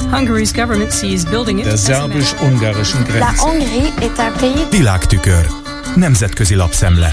der szerbus-ungarischen Grenze. Világtükör. Nemzetközi lapszemle.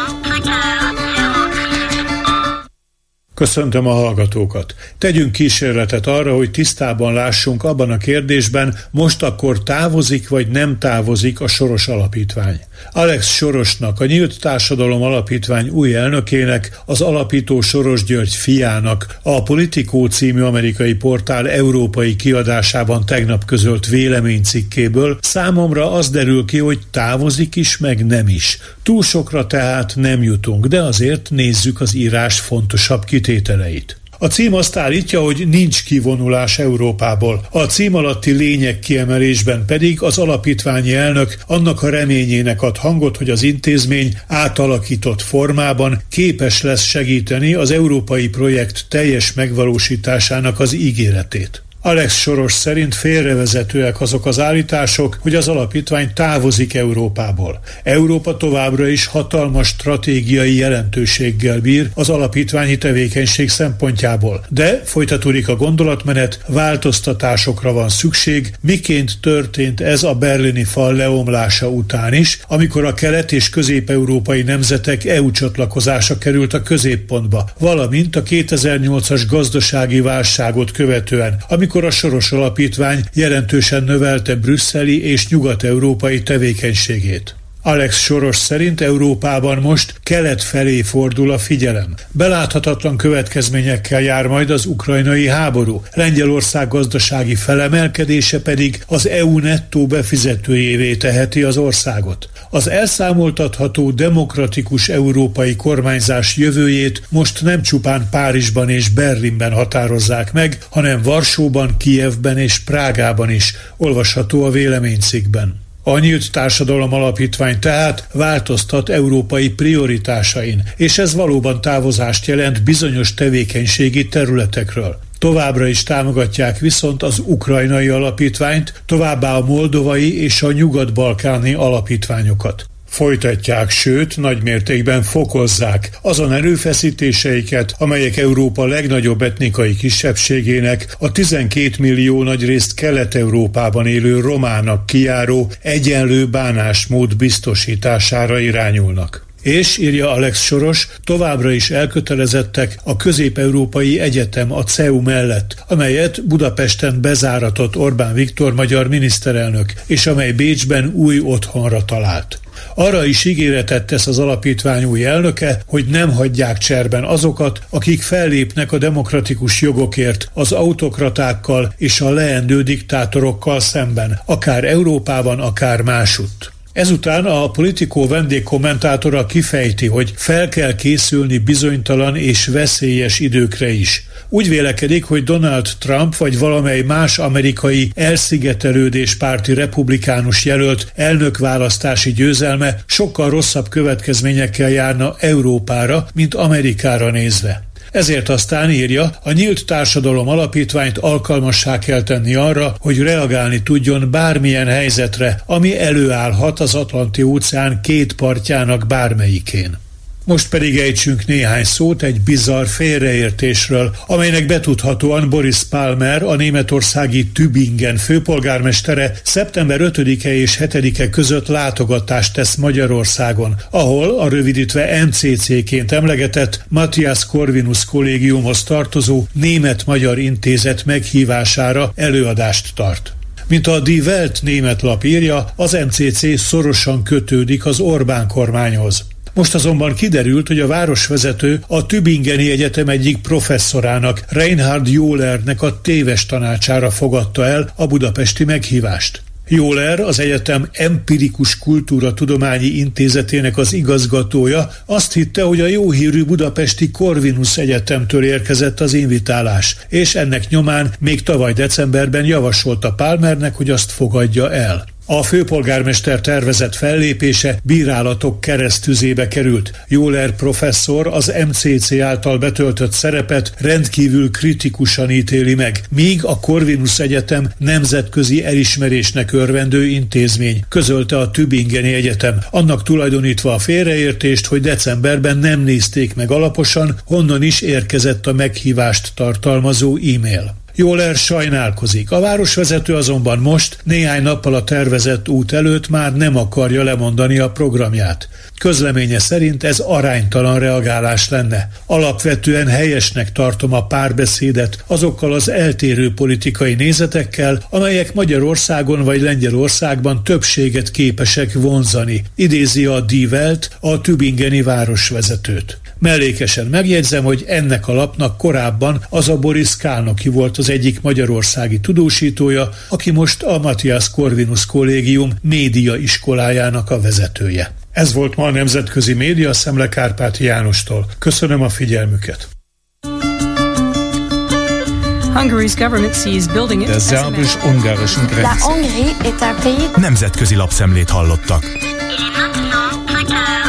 Köszöntöm a hallgatókat. Tegyünk kísérletet arra, hogy tisztában lássunk abban a kérdésben, most akkor távozik vagy nem távozik a Soros Alapítvány. Alex Sorosnak, a Nyílt Társadalom Alapítvány új elnökének, az alapító Soros György fiának a Politico című amerikai portál európai kiadásában tegnap közölt véleménycikkéből számomra az derül ki, hogy távozik is, meg nem is. Túl sokra tehát nem jutunk, de azért nézzük az írás fontosabb kitételeit. A cím azt állítja, hogy nincs kivonulás Európából. A cím alatti lényeg kiemelésben pedig az alapítványi elnök annak a reményének ad hangot, hogy az intézmény átalakított formában képes lesz segíteni az európai projekt teljes megvalósításának az ígéretét. Alex Soros szerint félrevezetőek azok az állítások, hogy az alapítvány távozik Európából. Európa továbbra is hatalmas stratégiai jelentőséggel bír az alapítványi tevékenység szempontjából. De, folytatódik a gondolatmenet, változtatásokra van szükség, miként történt ez a berlini fal leomlása után is, amikor a kelet- és közép-európai nemzetek EU csatlakozása került a középpontba, valamint a 2008-as gazdasági válságot követően, amikor a Soros Alapítvány jelentősen növelte brüsszeli és nyugat-európai tevékenységét. Alex Soros szerint Európában most kelet felé fordul a figyelem. Beláthatatlan következményekkel jár majd az ukrajnai háború. Lengyelország gazdasági felemelkedése pedig az EU nettó befizetőjévé teheti az országot. Az elszámoltatható demokratikus európai kormányzás jövőjét most nem csupán Párizsban és Berlinben határozzák meg, hanem Varsóban, Kijevben és Prágában is, olvasható a véleménycikkben. A Nyílt Társadalom Alapítvány tehát változtat európai prioritásain, és ez valóban távozást jelent bizonyos tevékenységi területekről. Továbbra is támogatják viszont az ukrajnai alapítványt, továbbá a moldovai és a nyugat-balkáni alapítványokat. Folytatják, sőt, nagymértékben fokozzák azon erőfeszítéseiket, amelyek Európa legnagyobb etnikai kisebbségének, a 12 millió nagyrészt Kelet-Európában élő romának kijáró egyenlő bánásmód biztosítására irányulnak. És, írja Alex Soros, továbbra is elkötelezettek a Közép-Európai Egyetem, a CEU mellett, amelyet Budapesten bezáratott Orbán Viktor magyar miniszterelnök, és amely Bécsben új otthonra talált. Arra is ígéretet tesz az alapítvány új elnöke, hogy nem hagyják cserben azokat, akik fellépnek a demokratikus jogokért, az autokratákkal és a leendő diktátorokkal szemben, akár Európában, akár másutt. Ezután a Politico vendégkommentátora kifejti, hogy fel kell készülni bizonytalan és veszélyes időkre is. Úgy vélekedik, hogy Donald Trump vagy valamely más amerikai elszigetelődéspárti republikánus jelölt elnökválasztási győzelme sokkal rosszabb következményekkel járna Európára, mint Amerikára nézve. Ezért aztán, írja, a Nyílt Társadalom Alapítványt alkalmassá kell tenni arra, hogy reagálni tudjon bármilyen helyzetre, ami előállhat az Atlanti-óceán két partjának bármelyikén. Most pedig ejtsünk néhány szót egy bizarr félreértésről, amelynek betudhatóan Boris Palmer, a németországi Tübingen főpolgármestere szeptember 5-e és 7-e között látogatást tesz Magyarországon, ahol a rövidítve MCC-ként emlegetett Matthias Corvinus kollégiumhoz tartozó német-magyar intézet meghívására előadást tart. Mint a Die Welt német lap írja, az MCC szorosan kötődik az Orbán kormányhoz. Most azonban kiderült, hogy a városvezető a Tübingeni Egyetem egyik professzorának, Reinhard Johlernek a téves tanácsára fogadta el a budapesti meghívást. Johler, az egyetem Empirikus Kultúratudományi Intézetének az igazgatója azt hitte, hogy a jó hírű budapesti Corvinus Egyetemtől érkezett az invitálás, és ennek nyomán még tavaly decemberben javasolta Palmernek, hogy azt fogadja el. A főpolgármester tervezett fellépése bírálatok keresztüzébe került. Johler professzor az MCC által betöltött szerepet rendkívül kritikusan ítéli meg, míg a Corvinus Egyetem nemzetközi elismerésnek örvendő intézmény, közölte a Tübingeni Egyetem, annak tulajdonítva a félreértést, hogy decemberben nem nézték meg alaposan, honnan is érkezett a meghívást tartalmazó e-mail. Joller sajnálkozik. A városvezető azonban most, néhány nappal a tervezett út előtt már nem akarja lemondani a programját. Közleménye szerint ez aránytalan reagálás lenne. Alapvetően helyesnek tartom a párbeszédet azokkal az eltérő politikai nézetekkel, amelyek Magyarországon vagy Lengyelországban többséget képesek vonzani, idézi a Die Welt, a tübingeni városvezetőt. Mellékesen megjegyzem, hogy ennek a lapnak korábban az a Boris Kálnoky volt az egyik magyarországi tudósítója, aki most a Matthias Corvinus Kollégium média iskolájának a vezetője. Ez volt ma a Nemzetközi Média Szemle Kárpáti Jánostól. Köszönöm a figyelmüket. Der szerbus-ungarischen Grenze. Nemzetközi lapszemlét hallottak.